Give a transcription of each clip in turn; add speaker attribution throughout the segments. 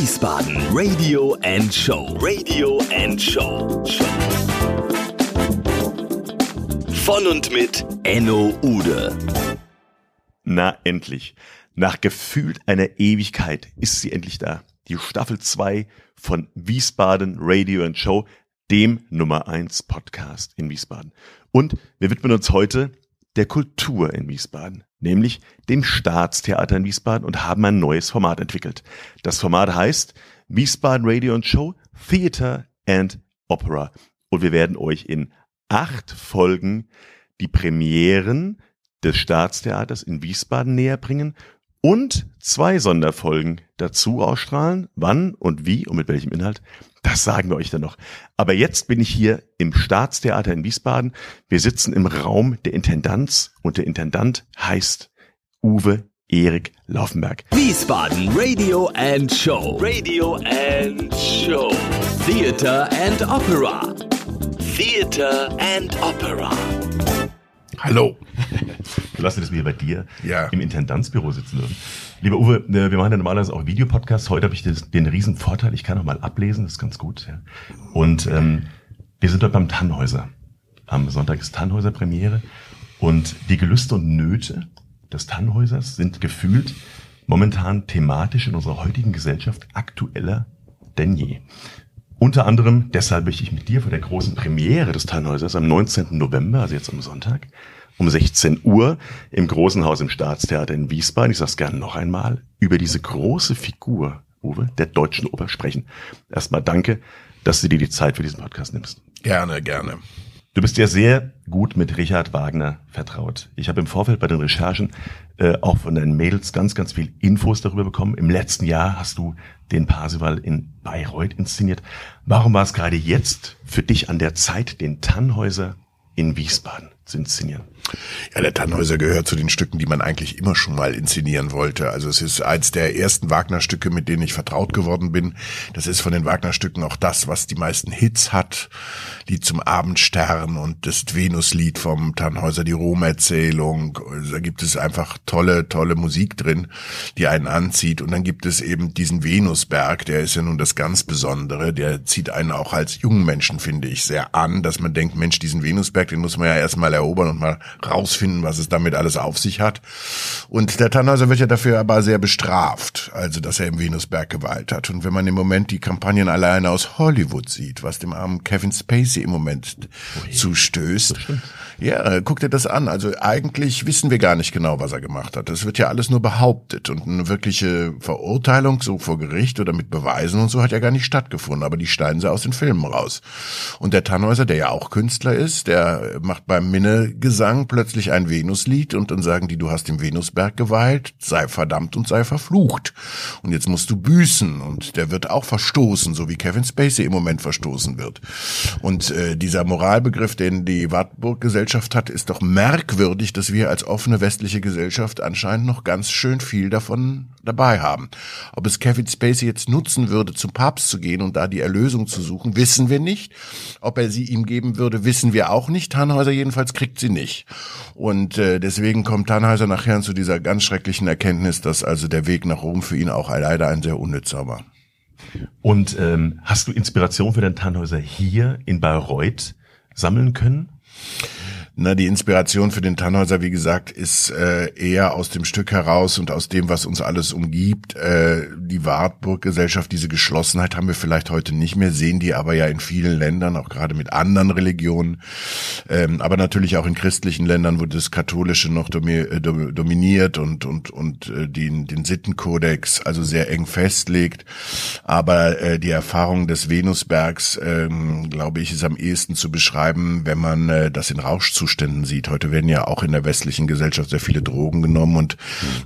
Speaker 1: Wiesbaden Radio and Show. Radio and Show. Von und mit Enno Ude.
Speaker 2: Na, endlich. Nach gefühlt einer Ewigkeit ist sie endlich da. Die Staffel 2 von Wiesbaden Radio and Show, dem Nummer 1 Podcast in Wiesbaden. Und wir widmen uns heute der Kultur in Wiesbaden, nämlich dem Staatstheater in Wiesbaden, und haben ein neues Format entwickelt. Das Format heißt Wiesbaden Radio and Show Theater and Opera. Und wir werden euch in 8 Folgen die Premieren des Staatstheaters in Wiesbaden näher bringen und 2 Sonderfolgen dazu ausstrahlen. Wann und wie und mit welchem Inhalt, das sagen wir euch dann noch. Aber jetzt bin ich hier im Staatstheater in Wiesbaden. Wir sitzen im Raum der Intendanz und der Intendant heißt Uwe Erik Laufenberg.
Speaker 1: Wiesbaden Radio and Show. Radio and Show. Theater and Opera. Theater and Opera.
Speaker 2: Hallo. Du lassen, dass wir hier bei dir im Intendanzbüro sitzen dürfen. Lieber Uwe, wir machen ja normalerweise auch Videopodcasts. Heute habe ich den riesen Vorteil, ich kann auch mal ablesen, das ist ganz gut. Ja. Und wir sind dort beim Tannhäuser. Am Sonntag ist Tannhäuser Premiere. Und die Gelüste und Nöte des Tannhäusers sind gefühlt momentan thematisch in unserer heutigen Gesellschaft aktueller denn je. Unter anderem, deshalb möchte ich mit dir vor der großen Premiere des Tannhäusers am 19. November, also jetzt am Sonntag, um 16 Uhr im Großen Haus im Staatstheater in Wiesbaden, ich sag's gerne noch einmal, über diese große Figur, Uwe, der Deutschen Oper sprechen. Erstmal danke, dass du dir die Zeit für diesen Podcast nimmst.
Speaker 3: Gerne, gerne.
Speaker 2: Du bist ja sehr gut mit Richard Wagner vertraut. Ich habe im Vorfeld bei den Recherchen auch von deinen Mädels ganz, ganz viel Infos darüber bekommen. Im letzten Jahr hast du den Parsival in Bayreuth inszeniert. Warum war es gerade jetzt für dich an der Zeit, den Tannhäuser in Wiesbaden zu inszenieren?
Speaker 3: Ja, der Tannhäuser gehört zu den Stücken, die man eigentlich immer schon mal inszenieren wollte. Also es ist eins der ersten Wagner-Stücke, mit denen ich vertraut geworden bin. Das ist von den Wagner-Stücken auch das, was die meisten Hits hat. Lied zum Abendstern und das Venuslied vom Tannhäuser, die Rom-Erzählung. Da gibt es einfach tolle Musik drin, die einen anzieht. Und dann gibt es eben diesen Venusberg, der ist ja nun das ganz Besondere. Der zieht einen auch als jungen Menschen, finde ich, sehr an, dass man denkt, Mensch, diesen Venusberg, den muss man ja erstmal erobern und mal rausfinden, was es damit alles auf sich hat. Und der Tannhäuser wird ja dafür aber sehr bestraft, also dass er im Venusberg Gewalt hat. Und wenn man im Moment die Kampagnen alleine aus Hollywood sieht, was dem armen Kevin Spacey im Moment zustößt, ja, guck dir das an. Also eigentlich wissen wir gar nicht genau, was er gemacht hat. Das wird ja alles nur behauptet und eine wirkliche Verurteilung so vor Gericht oder mit Beweisen und so hat ja gar nicht stattgefunden, aber die schneiden sie aus den Filmen raus. Und der Tannhäuser, der ja auch Künstler ist, der macht beim Minnegesang plötzlich ein Venuslied und dann sagen die, du hast im Venusberg geweilt, sei verdammt und sei verflucht. Und jetzt musst du büßen und der wird auch verstoßen, so wie Kevin Spacey im Moment verstoßen wird. Und dieser Moralbegriff, den die Wartburg-Gesellschaft hat, ist doch merkwürdig, dass wir als offene westliche Gesellschaft anscheinend noch ganz schön viel davon dabei haben. Ob es Kevin Spacey jetzt nutzen würde, zum Papst zu gehen und da die Erlösung zu suchen, wissen wir nicht. Ob er sie ihm geben würde, wissen wir auch nicht. Tannhäuser jedenfalls kriegt sie nicht. Und deswegen kommt Tannhäuser nachher zu dieser ganz schrecklichen Erkenntnis, dass also der Weg nach Rom für ihn auch leider ein sehr unnützer war.
Speaker 2: Und hast du Inspiration für den Tannhäuser hier in Bayreuth sammeln können?
Speaker 3: Na, die Inspiration für den Tannhäuser, wie gesagt, ist eher aus dem Stück heraus und aus dem, was uns alles umgibt. Die Wartburg-Gesellschaft, diese Geschlossenheit haben wir vielleicht heute nicht mehr, sehen die aber ja in vielen Ländern, auch gerade mit anderen Religionen, aber natürlich auch in christlichen Ländern, wo das Katholische noch dominiert und den Sittenkodex also sehr eng festlegt. Aber die Erfahrung des Venusbergs, glaube ich, ist am ehesten zu beschreiben, wenn man das in Rauschzuständen sieht. Heute werden ja auch in der westlichen Gesellschaft sehr viele Drogen genommen und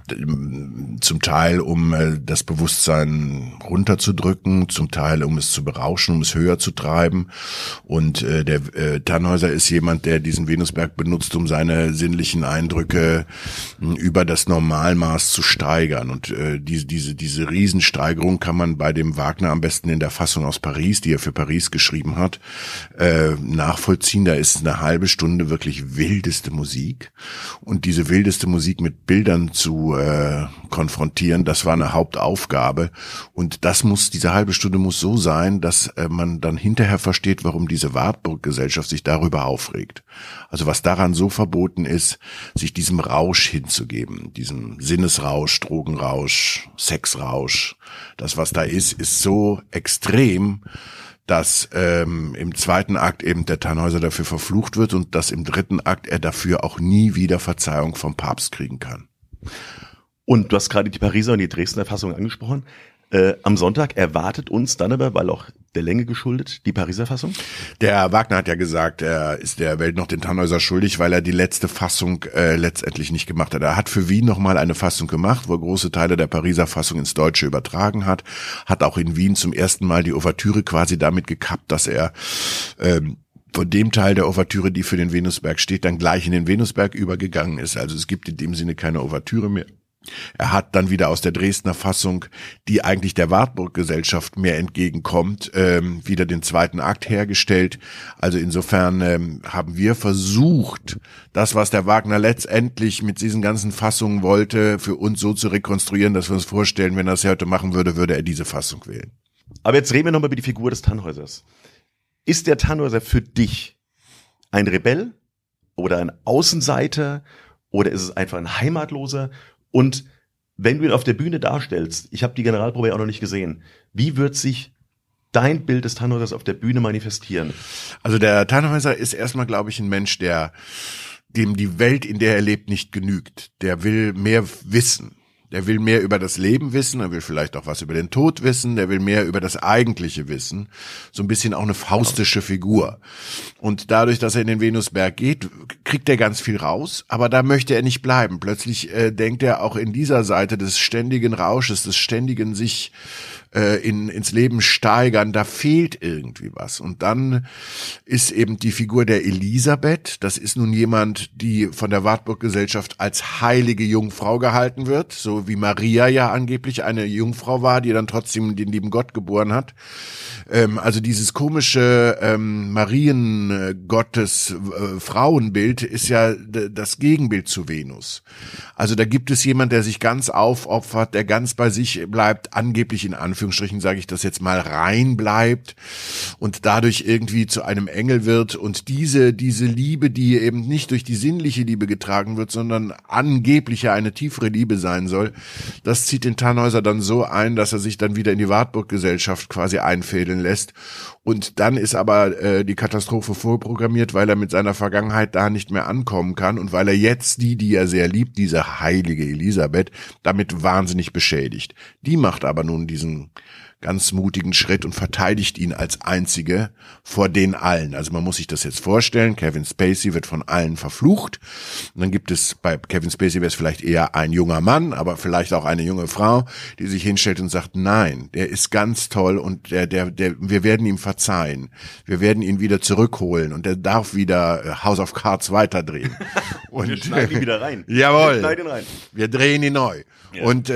Speaker 3: zum Teil, um das Bewusstsein runterzudrücken, zum Teil, um es zu berauschen, um es höher zu treiben. Und der Tannhäuser ist jemand, der diesen Venusberg benutzt, um seine sinnlichen Eindrücke über das Normalmaß zu steigern. Und diese Riesensteigerung kann man bei dem Wagner am besten in der Fassung aus Paris, die er für Paris geschrieben hat, nachvollziehen. Da ist eine halbe Stunde wirklich wirklich wildeste Musik. Und diese wildeste Musik mit Bildern zu konfrontieren, das war eine Hauptaufgabe. Und diese halbe Stunde muss so sein, dass man dann hinterher versteht, warum diese Wartburg-Gesellschaft sich darüber aufregt. Also was daran so verboten ist, sich diesem Rausch hinzugeben, diesem Sinnesrausch, Drogenrausch, Sexrausch. Das, was da ist so extrem, dass im zweiten Akt eben der Tannhäuser dafür verflucht wird und dass im dritten Akt er dafür auch nie wieder Verzeihung vom Papst kriegen kann.
Speaker 2: Und du hast gerade die Pariser und die Dresdner Fassung angesprochen. Am Sonntag erwartet uns dann aber, weil auch der Länge geschuldet, die Pariser Fassung?
Speaker 3: Der Wagner hat ja gesagt, er ist der Welt noch den Tannhäuser schuldig, weil er die letzte Fassung letztendlich nicht gemacht hat. Er hat für Wien nochmal eine Fassung gemacht, wo er große Teile der Pariser Fassung ins Deutsche übertragen hat auch in Wien zum ersten Mal die Ouvertüre quasi damit gekappt, dass er von dem Teil der Ouvertüre, die für den Venusberg steht, dann gleich in den Venusberg übergegangen ist. Also es gibt in dem Sinne keine Ouvertüre mehr. Er hat dann wieder aus der Dresdner Fassung, die eigentlich der Wartburg-Gesellschaft mehr entgegenkommt, wieder den zweiten Akt hergestellt. Also insofern haben wir versucht, das, was der Wagner letztendlich mit diesen ganzen Fassungen wollte, für uns so zu rekonstruieren, dass wir uns vorstellen, wenn er es heute machen würde, würde er diese Fassung wählen.
Speaker 2: Aber jetzt reden wir nochmal über die Figur des Tannhäusers. Ist der Tannhäuser für dich ein Rebell oder ein Außenseiter oder ist es einfach ein Heimatloser? Und wenn du ihn auf der Bühne darstellst, ich habe die Generalprobe ja auch noch nicht gesehen, wie wird sich dein Bild des Tannhäusers auf der Bühne manifestieren?
Speaker 3: Also der Tannhäuser ist erstmal, glaube ich, ein Mensch, dem die Welt, in der er lebt, nicht genügt. Der will mehr wissen. Der will mehr über das Leben wissen, er will vielleicht auch was über den Tod wissen, der will mehr über das Eigentliche wissen. So ein bisschen auch eine faustische Figur. Und dadurch, dass er in den Venusberg geht, kriegt er ganz viel raus, aber da möchte er nicht bleiben. Plötzlich denkt er auch in dieser Seite des ständigen Rausches, des ständigen sich ins Leben steigern, da fehlt irgendwie was. Und dann ist eben die Figur der Elisabeth, das ist nun jemand, die von der Wartburg-Gesellschaft als heilige Jungfrau gehalten wird, so wie Maria ja angeblich eine Jungfrau war, die dann trotzdem den lieben Gott geboren hat. Also dieses komische Mariengottes Frauenbild ist ja das Gegenbild zu Venus. Also da gibt es jemand, der sich ganz aufopfert, der ganz bei sich bleibt, angeblich in Anführungsstrichen sage ich das jetzt mal, rein bleibt und dadurch irgendwie zu einem Engel wird und diese Liebe, die eben nicht durch die sinnliche Liebe getragen wird, sondern angeblich ja eine tiefere Liebe sein soll, das zieht den Tannhäuser dann so ein, dass er sich dann wieder in die Wartburg-Gesellschaft quasi einfädeln lässt. Und dann ist aber die Katastrophe vorprogrammiert, weil er mit seiner Vergangenheit da nicht mehr ankommen kann und weil er jetzt die er sehr liebt, diese heilige Elisabeth, damit wahnsinnig beschädigt. Die macht aber nun diesen ganz mutigen Schritt und verteidigt ihn als einzige vor den allen. Also man muss sich das jetzt vorstellen, Kevin Spacey wird von allen verflucht. Und dann gibt es, bei Kevin Spacey wäre es vielleicht eher ein junger Mann, aber vielleicht auch eine junge Frau, die sich hinstellt und sagt, nein, der ist ganz toll und wir werden ihm verzeihen. Wir werden ihn wieder zurückholen und der darf wieder House of Cards weiterdrehen. Und
Speaker 2: wir schneiden ihn wieder rein.
Speaker 3: Jawohl.
Speaker 2: Wir schneiden ihn rein.
Speaker 3: Wir drehen ihn neu. Ja. Und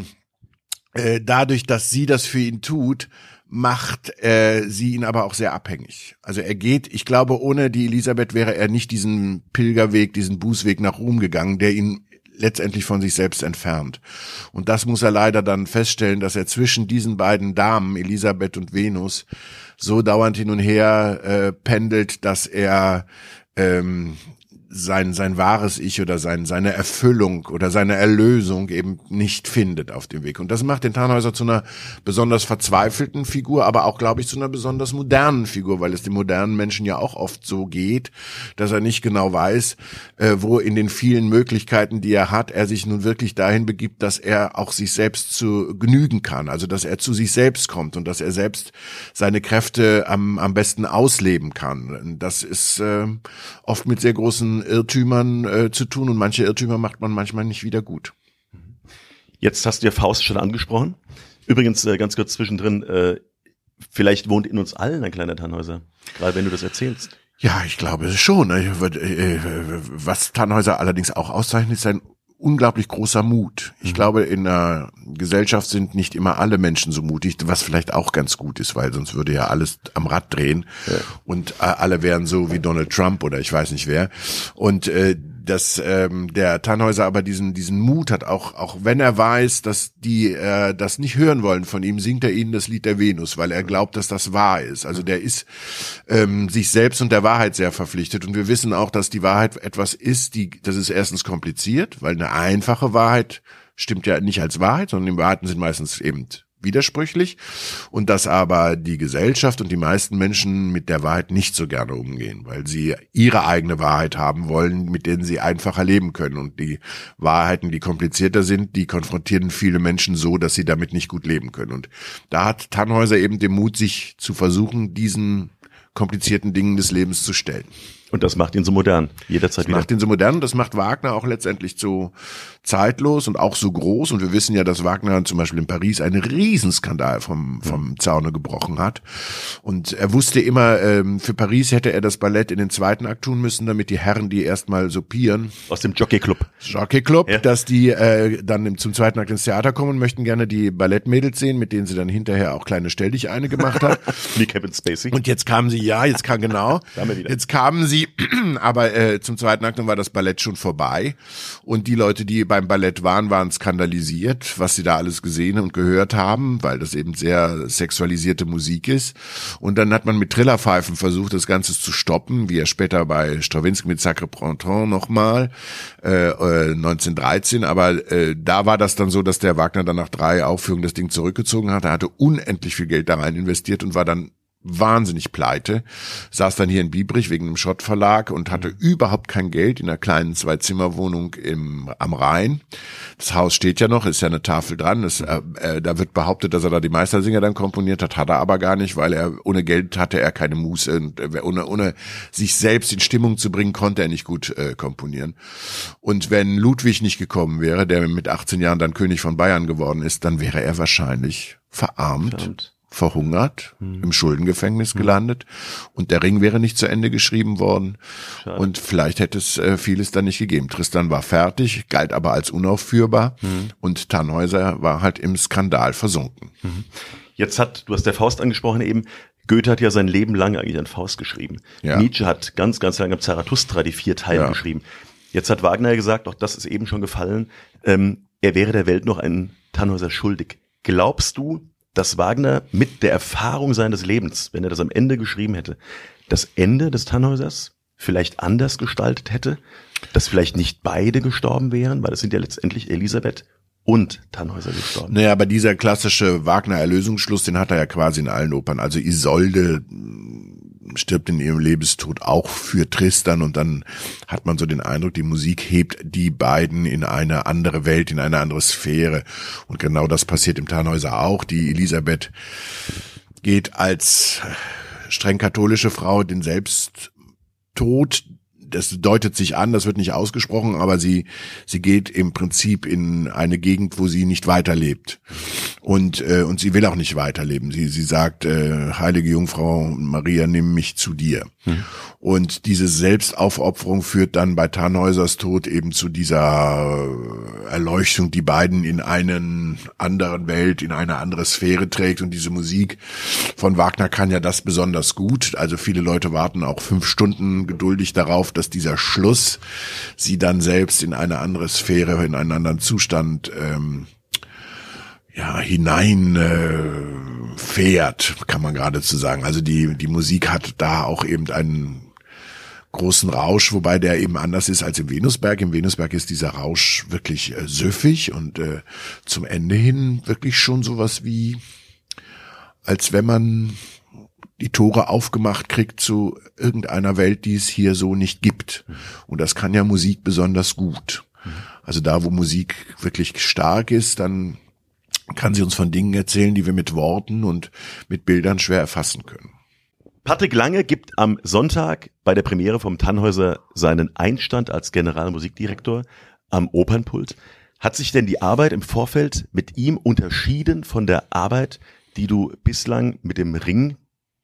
Speaker 3: dadurch, dass sie das für ihn tut, macht sie ihn aber auch sehr abhängig. Also er geht, ich glaube, ohne die Elisabeth wäre er nicht diesen Pilgerweg, diesen Bußweg nach Rom gegangen, der ihn letztendlich von sich selbst entfernt. Und das muss er leider dann feststellen, dass er zwischen diesen beiden Damen, Elisabeth und Venus, so dauernd hin und her pendelt, dass er sein wahres Ich oder seine Erfüllung oder seine Erlösung eben nicht findet auf dem Weg. Und das macht den Tannhäuser zu einer besonders verzweifelten Figur, aber auch, glaube ich, zu einer besonders modernen Figur, weil es dem modernen Menschen ja auch oft so geht, dass er nicht genau weiß, wo in den vielen Möglichkeiten, die er hat, er sich nun wirklich dahin begibt, dass er auch sich selbst zu genügen kann, also dass er zu sich selbst kommt und dass er selbst seine Kräfte am besten ausleben kann. Das ist oft mit sehr großen Irrtümern zu tun und manche Irrtümer macht man manchmal nicht wieder gut.
Speaker 2: Jetzt hast du ja Faust schon angesprochen. Übrigens, ganz kurz zwischendrin, vielleicht wohnt in uns allen ein kleiner Tannhäuser, gerade wenn du das erzählst.
Speaker 3: Ja, ich glaube schon. Was Tannhäuser allerdings auch auszeichnet, ist sein unglaublich großer Mut. Ich glaube, in einer Gesellschaft sind nicht immer alle Menschen so mutig, was vielleicht auch ganz gut ist, weil sonst würde ja alles am Rad drehen und alle wären so wie Donald Trump oder ich weiß nicht wer. Und dass der Tannhäuser aber diesen Mut hat, auch wenn er weiß, dass die das nicht hören wollen von ihm, singt er ihnen das Lied der Venus, weil er glaubt, dass das wahr ist. Also der ist sich selbst und der Wahrheit sehr verpflichtet. Und wir wissen auch, dass die Wahrheit etwas ist, das ist erstens kompliziert, weil eine einfache Wahrheit stimmt ja nicht als Wahrheit, sondern die Wahrheiten sind meistens eben widersprüchlich und dass aber die Gesellschaft und die meisten Menschen mit der Wahrheit nicht so gerne umgehen, weil sie ihre eigene Wahrheit haben wollen, mit denen sie einfacher leben können und die Wahrheiten, die komplizierter sind, die konfrontieren viele Menschen so, dass sie damit nicht gut leben können und da hat Tannhäuser eben den Mut, sich zu versuchen, diesen komplizierten Dingen des Lebens zu stellen.
Speaker 2: Und das macht ihn so modern, jederzeit wieder.
Speaker 3: Das macht ihn so modern und das macht Wagner auch letztendlich so zeitlos und auch so groß. Und wir wissen ja, dass Wagner zum Beispiel in Paris einen Riesenskandal vom Zaune gebrochen hat. Und er wusste immer, für Paris hätte er das Ballett in den zweiten Akt tun müssen, damit die Herren, die erstmal soupieren.
Speaker 2: Aus dem Jockey-Club,
Speaker 3: ja. Dass die dann zum zweiten Akt ins Theater kommen und möchten gerne die Ballettmädels sehen, mit denen sie dann hinterher auch kleine Stelldicheine gemacht hat.
Speaker 2: Wie Kevin Spacey.
Speaker 3: Und jetzt kamen sie, jetzt kamen sie, aber zum zweiten Akt war das Ballett schon vorbei und die Leute, die beim Ballett waren skandalisiert, was sie da alles gesehen und gehört haben, weil das eben sehr sexualisierte Musik ist. Und dann hat man mit Trillerpfeifen versucht, das Ganze zu stoppen, wie er später bei Stravinsky mit Sacre Printemps nochmal 1913. Aber da war das dann so, dass der Wagner dann nach 3 Aufführungen das Ding zurückgezogen hat. Er hatte unendlich viel Geld da rein investiert und war dann wahnsinnig pleite, saß dann hier in Biebrich wegen einem Schott-Verlag und hatte überhaupt kein Geld in einer kleinen 2-Zimmer-Wohnung am Rhein. Das Haus steht ja noch, ist ja eine Tafel dran. Da wird behauptet, dass er da die Meistersinger dann komponiert hat er aber gar nicht, weil er ohne Geld hatte er keine Muße und ohne sich selbst in Stimmung zu bringen, konnte er nicht gut komponieren. Und wenn Ludwig nicht gekommen wäre, der mit 18 Jahren dann König von Bayern geworden ist, dann wäre er wahrscheinlich verarmt. Verhungert, im Schuldengefängnis gelandet und der Ring wäre nicht zu Ende geschrieben worden. Schade. Und vielleicht hätte es vieles dann nicht gegeben. Tristan war fertig, galt aber als unaufführbar und Tannhäuser war halt im Skandal versunken.
Speaker 2: Jetzt du hast der Faust angesprochen eben, Goethe hat ja sein Leben lang eigentlich an Faust geschrieben. Ja. Nietzsche hat ganz, ganz lange Zarathustra, die 4 Teile geschrieben. Jetzt hat Wagner gesagt, auch das ist eben schon gefallen, er wäre der Welt noch einen Tannhäuser schuldig. Glaubst du, dass Wagner mit der Erfahrung seines Lebens, wenn er das am Ende geschrieben hätte, das Ende des Tannhäusers vielleicht anders gestaltet hätte, dass vielleicht nicht beide gestorben wären, weil es sind ja letztendlich Elisabeth und Tannhäuser gestorben.
Speaker 3: Naja, aber dieser klassische Wagner-Erlösungsschluss, den hat er ja quasi in allen Opern. Also Isolde stirbt in ihrem Lebestod auch für Tristan und dann hat man so den Eindruck, die Musik hebt die beiden in eine andere Welt, in eine andere Sphäre und genau das passiert im Tannhäuser auch. Die Elisabeth geht als streng katholische Frau den Selbsttod, das deutet sich an, das wird nicht ausgesprochen, aber sie geht im Prinzip in eine Gegend, wo sie nicht weiterlebt. Und sie will auch nicht weiterleben. Sie sagt, heilige Jungfrau Maria, nimm mich zu dir. Und diese Selbstaufopferung führt dann bei Tannhäusers Tod eben zu dieser Erleuchtung, die beiden in eine andere Welt, in eine andere Sphäre trägt. Und diese Musik von Wagner kann ja das besonders gut. Also viele Leute warten auch 5 Stunden geduldig darauf, dass dieser Schluss sie dann selbst in eine andere Sphäre, in einen anderen Zustand fährt, kann man geradezu sagen. Also die Musik hat da auch eben einen großen Rausch, wobei der eben anders ist als im Venusberg. Im Venusberg ist dieser Rausch wirklich süffig und zum Ende hin wirklich schon sowas wie, als wenn man die Tore aufgemacht kriegt zu irgendeiner Welt, die es hier so nicht gibt. Und das kann ja Musik besonders gut. Also da, wo Musik wirklich stark ist, dann kann sie uns von Dingen erzählen, die wir mit Worten und mit Bildern schwer erfassen können.
Speaker 2: Patrick Lange gibt am Sonntag bei der Premiere vom Tannhäuser seinen Einstand als Generalmusikdirektor am Opernpult. Hat sich denn die Arbeit im Vorfeld mit ihm unterschieden von der Arbeit, die du bislang mit dem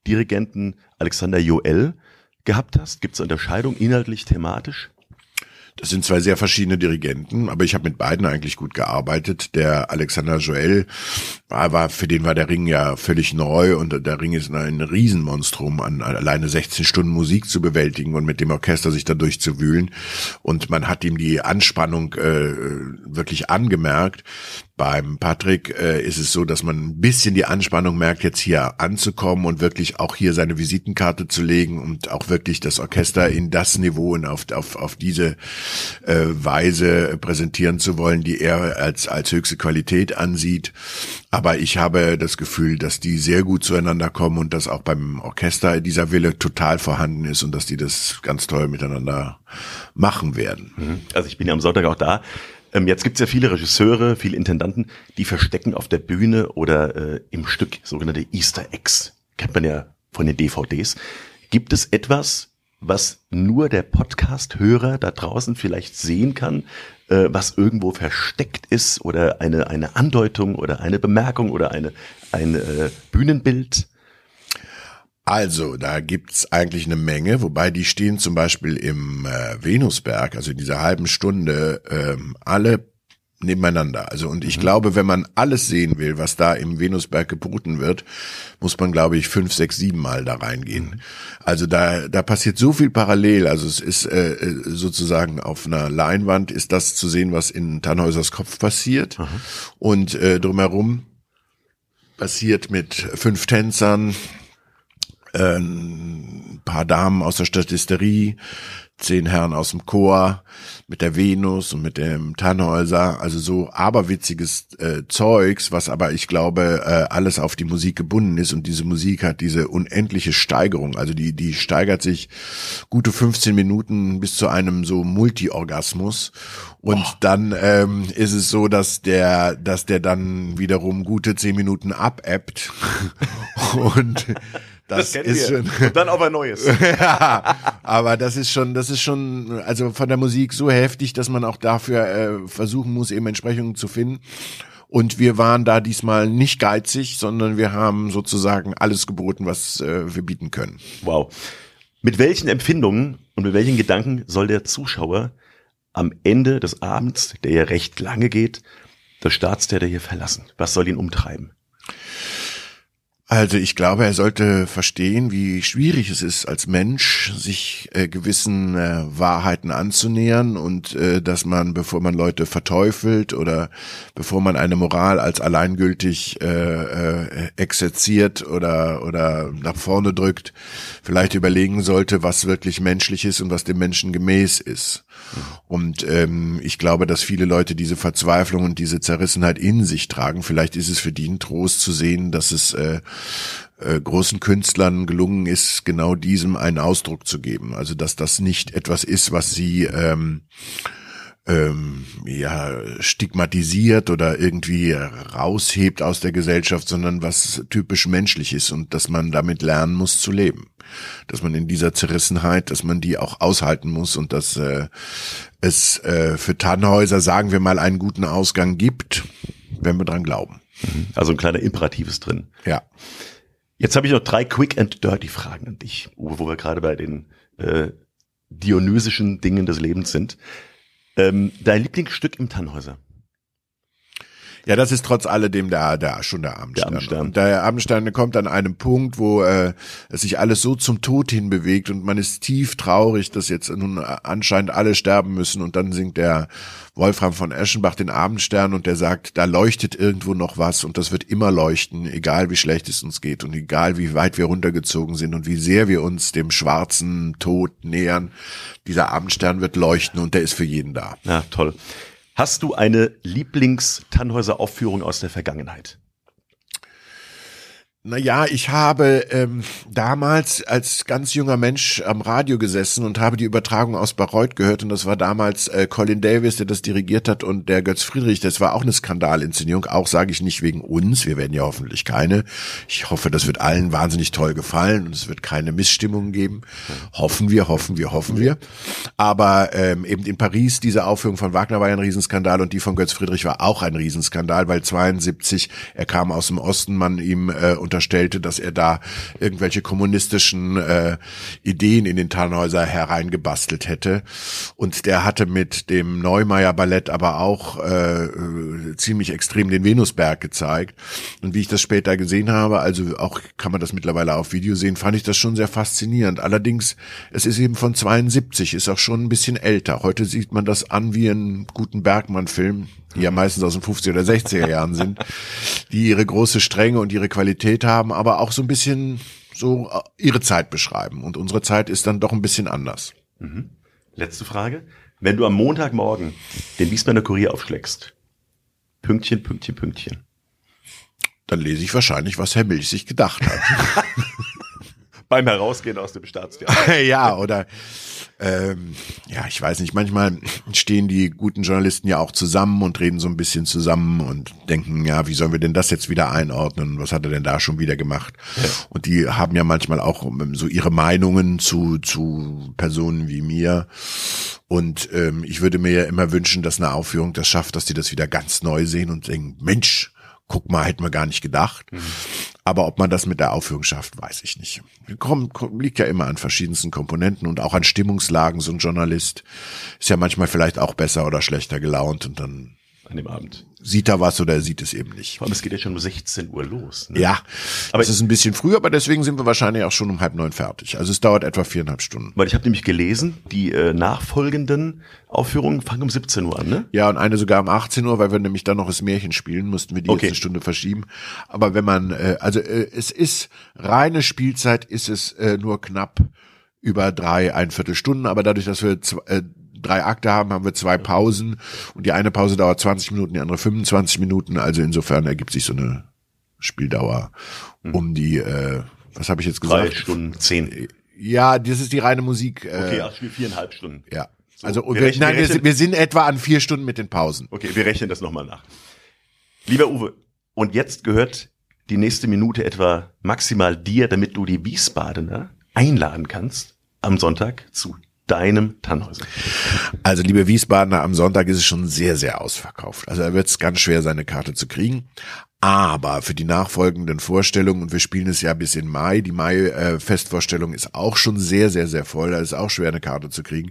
Speaker 2: Ringdirigenten Alexander Joel gehabt hast? Gibt es Unterscheidung inhaltlich, thematisch?
Speaker 3: Das sind zwei sehr verschiedene Dirigenten, aber ich habe mit beiden eigentlich gut gearbeitet. Der Alexander Joel für den war der Ring ja völlig neu und der Ring ist ein Riesenmonstrum, an alleine 16 Stunden Musik zu bewältigen und mit dem Orchester sich da durchzuwühlen. Und man hat ihm die Anspannung wirklich angemerkt. Beim Patrick ist es so, dass man ein bisschen die Anspannung merkt, jetzt hier anzukommen und wirklich auch hier seine Visitenkarte zu legen und auch wirklich das Orchester in das Niveau und auf diese Weise präsentieren zu wollen, die er als höchste Qualität ansieht. Aber ich habe das Gefühl, dass die sehr gut zueinander kommen und dass auch beim Orchester dieser Wille total vorhanden ist und dass die das ganz toll miteinander machen werden.
Speaker 2: Also ich bin ja am Sonntag auch da. Jetzt gibt's ja viele Regisseure, viele Intendanten, die verstecken auf der Bühne oder im Stück sogenannte Easter Eggs. Kennt man ja von den DVDs. Gibt es etwas, was nur der Podcast-Hörer da draußen vielleicht sehen kann, was irgendwo versteckt ist oder eine Andeutung oder eine Bemerkung oder ein Bühnenbild?
Speaker 3: Also, da gibt's eigentlich eine Menge, wobei die stehen zum Beispiel im Venusberg, also in dieser halben Stunde, alle nebeneinander. Also, und ich glaube, wenn man alles sehen will, was da im Venusberg geboten wird, muss man, glaube ich, 5, 6, 7 Mal da reingehen. Also da passiert so viel parallel. Also es ist sozusagen auf einer Leinwand ist das zu sehen, was in Tannhäusers Kopf passiert. Aha. Und drumherum passiert mit 5 Tänzern, ein paar Damen aus der Statisterie, 10 Herren aus dem Chor, mit der Venus und mit dem Tannhäuser, also so aberwitziges Zeugs, was aber ich glaube alles auf die Musik gebunden ist und diese Musik hat diese unendliche Steigerung, also die steigert sich gute 15 Minuten bis zu einem so Multi-Orgasmus und dann ist es so, dass der dann wiederum gute 10 Minuten abebbt und das ist
Speaker 2: schon. Und dann auf ein neues.
Speaker 3: Ja, aber das ist schon, also von der Musik so heftig, dass man auch dafür versuchen muss, eben Entsprechungen zu finden. Und wir waren da diesmal nicht geizig, sondern wir haben sozusagen alles geboten, was wir bieten können.
Speaker 2: Wow. Mit welchen Empfindungen und mit welchen Gedanken soll der Zuschauer am Ende des Abends, der ja recht lange geht, das Staatstheater hier verlassen? Was soll ihn umtreiben?
Speaker 3: Also ich glaube, er sollte verstehen, wie schwierig es ist, als Mensch sich gewissen Wahrheiten anzunähern und dass man, bevor man Leute verteufelt oder bevor man eine Moral als alleingültig exerziert oder nach vorne drückt, vielleicht überlegen sollte, was wirklich menschlich ist und was dem Menschen gemäß ist. Und ich glaube, dass viele Leute diese Verzweiflung und diese Zerrissenheit in sich tragen. Vielleicht ist es für die ein Trost zu sehen, dass es großen Künstlern gelungen ist, genau diesem einen Ausdruck zu geben. Also dass das nicht etwas ist, was sie stigmatisiert oder irgendwie raushebt aus der Gesellschaft, sondern was typisch menschlich ist und dass man damit lernen muss zu leben. Dass man in dieser Zerrissenheit, dass man die auch aushalten muss und dass es für Tannhäuser, sagen wir mal, einen guten Ausgang gibt, wenn wir dran glauben.
Speaker 2: Also ein kleiner Imperativ ist drin.
Speaker 3: Ja.
Speaker 2: Jetzt habe ich noch 3 Quick and Dirty Fragen an dich, Uwe, wo wir gerade bei den dionysischen Dingen des Lebens sind. Dein Lieblingsstück im Tannhäuser?
Speaker 3: Ja, das ist trotz alledem der Abendstern. Und der Abendstern kommt an einem Punkt, wo es sich alles so zum Tod hin bewegt und man ist tief traurig, dass jetzt nun anscheinend alle sterben müssen und dann singt der Wolfram von Eschenbach den Abendstern und der sagt, da leuchtet irgendwo noch was und das wird immer leuchten, egal wie schlecht es uns geht und egal wie weit wir runtergezogen sind und wie sehr wir uns dem schwarzen Tod nähern. Dieser Abendstern wird leuchten und der ist für jeden da.
Speaker 2: Ja, toll. Hast du eine Lieblings-Tannhäuser-Aufführung aus der Vergangenheit?
Speaker 3: Naja, ich habe damals als ganz junger Mensch am Radio gesessen und habe die Übertragung aus Bayreuth gehört und das war damals Colin Davis, der das dirigiert hat und der Götz Friedrich, das war auch eine Skandalinszenierung, auch sage ich nicht wegen uns, wir werden ja hoffentlich keine. Ich hoffe, das wird allen wahnsinnig toll gefallen und es wird keine Missstimmungen geben. Hoffen wir. Aber eben in Paris, diese Aufführung von Wagner war ja ein Riesenskandal und die von Götz Friedrich war auch ein Riesenskandal, weil 72, er kam aus dem Osten, man ihm unter unterstellte, dass er da irgendwelche kommunistischen Ideen in den Tannhäuser hereingebastelt hätte. Und der hatte mit dem Neumeier Ballett aber auch ziemlich extrem den Venusberg gezeigt. Und wie ich das später gesehen habe, also auch kann man das mittlerweile auf Video sehen, fand ich das schon sehr faszinierend. Allerdings, es ist eben von 72, ist auch schon ein bisschen älter. Heute sieht man das an wie einen guten Bergmann-Film, die ja meistens aus den 50er oder 60er Jahren sind, die ihre große Strenge und ihre Qualität haben, aber auch so ein bisschen so ihre Zeit beschreiben. Und unsere Zeit ist dann doch ein bisschen anders.
Speaker 2: Mhm. Letzte Frage. Wenn du am Montagmorgen den Wiesbadener Kurier aufschlägst, Pünktchen, Pünktchen, Pünktchen.
Speaker 3: Dann lese ich wahrscheinlich, was Herr Milch sich gedacht hat.
Speaker 2: Beim Herausgehen aus dem Staatstheater.
Speaker 3: Ja, oder ja, ich weiß nicht, manchmal stehen die guten Journalisten ja auch zusammen und reden so ein bisschen zusammen und denken, ja, wie sollen wir denn das jetzt wieder einordnen? Was hat er denn da schon wieder gemacht? Ja. Und die haben ja manchmal auch so ihre Meinungen zu Personen wie mir. Und ich würde mir ja immer wünschen, dass eine Aufführung das schafft, dass die das wieder ganz neu sehen und denken, Mensch, guck mal, hätten wir gar nicht gedacht. Mhm. Aber ob man das mit der Aufführung schafft, weiß ich nicht. Liegt ja immer an verschiedensten Komponenten und auch an Stimmungslagen. So ein Journalist ist ja manchmal vielleicht auch besser oder schlechter gelaunt und dann
Speaker 2: an dem Abend
Speaker 3: sieht er was oder er sieht es eben nicht.
Speaker 2: Vor allem, es geht ja schon um 16 Uhr los. Ne?
Speaker 3: Ja, aber es ist ein bisschen früh, aber deswegen sind wir wahrscheinlich auch schon um 8:30 fertig. Also es dauert etwa 4,5 Stunden.
Speaker 2: Weil ich habe nämlich gelesen, die nachfolgenden Aufführungen fangen um 17 Uhr an, ne?
Speaker 3: Ja, und eine sogar um 18 Uhr, weil wir nämlich dann noch das Märchen spielen, mussten wir die jetzt eine Stunde verschieben. Aber wenn man, es ist reine Spielzeit, ist es nur knapp über 3,25 Stunden, aber dadurch, dass wir 3 Akte haben wir 2 Pausen und die eine Pause dauert 20 Minuten, die andere 25 Minuten, also insofern ergibt sich so eine Spieldauer um die, was habe ich jetzt gesagt?
Speaker 2: 3 Stunden 10.
Speaker 3: Ja, das ist die reine Musik.
Speaker 2: Okay, 4,5 Stunden.
Speaker 3: Ja. So, also wir sind etwa an 4 Stunden mit den Pausen.
Speaker 2: Okay, wir rechnen das nochmal nach. Lieber Uwe, und jetzt gehört die nächste Minute etwa maximal dir, damit du die Wiesbadener einladen kannst am Sonntag zu deinem Tannhäuser.
Speaker 3: Also liebe Wiesbadener, am Sonntag ist es schon sehr, sehr ausverkauft. Also da wird es ganz schwer, seine Karte zu kriegen. Aber für die nachfolgenden Vorstellungen, und wir spielen es ja bis in Mai, die Mai-Festvorstellung ist auch schon sehr, sehr, sehr voll. Da ist auch schwer, eine Karte zu kriegen.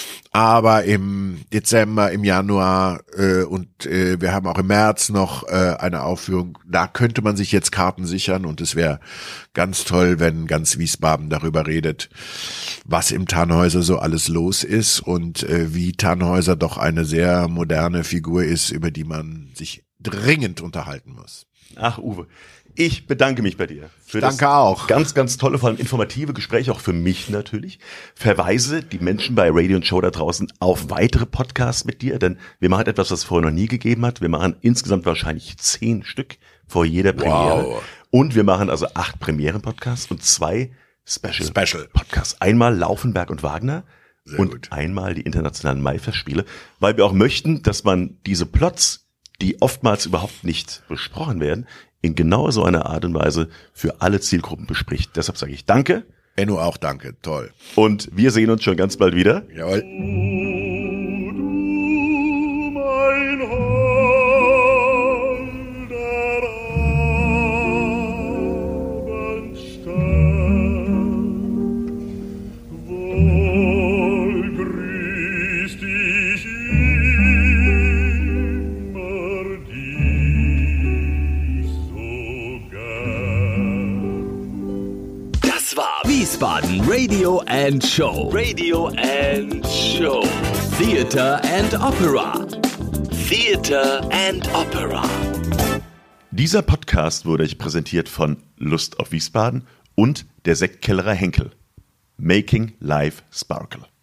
Speaker 3: Aber im Dezember, im Januar und wir haben auch im März noch eine Aufführung. Da könnte man sich jetzt Karten sichern und es wäre ganz toll, wenn ganz Wiesbaden darüber redet, was im Tannhäuser so alles los ist und wie Tannhäuser doch eine sehr moderne Figur ist, über die man sich dringend unterhalten muss.
Speaker 2: Ach, Uwe, ich bedanke mich bei dir für
Speaker 3: das
Speaker 2: ganz, ganz tolle, vor allem informative Gespräch, auch für mich natürlich. Verweise die Menschen bei Radio und Show da draußen auf weitere Podcasts mit dir, denn wir machen etwas, was es vorher noch nie gegeben hat. Wir machen insgesamt wahrscheinlich 10 Stück vor jeder Premiere.
Speaker 3: Wow.
Speaker 2: Und wir machen also 8 Premieren-Podcasts und 2 Special-Podcasts. Einmal Laufenberg und Wagner. Sehr und gut. Einmal die internationalen Mai-Festspiele, weil wir auch möchten, dass man diese Plots, die oftmals überhaupt nicht besprochen werden, in genau so einer Art und Weise für alle Zielgruppen bespricht. Deshalb sage ich danke.
Speaker 3: Enno auch danke, toll.
Speaker 2: Und wir sehen uns schon ganz bald wieder.
Speaker 3: Jawohl.
Speaker 1: Wiesbaden Radio and Show. Radio and Show. Theater and Opera. Theater and Opera.
Speaker 2: Dieser Podcast wurde euch präsentiert von Lust auf Wiesbaden und der Sektkellerei Henkel. Making Life Sparkle.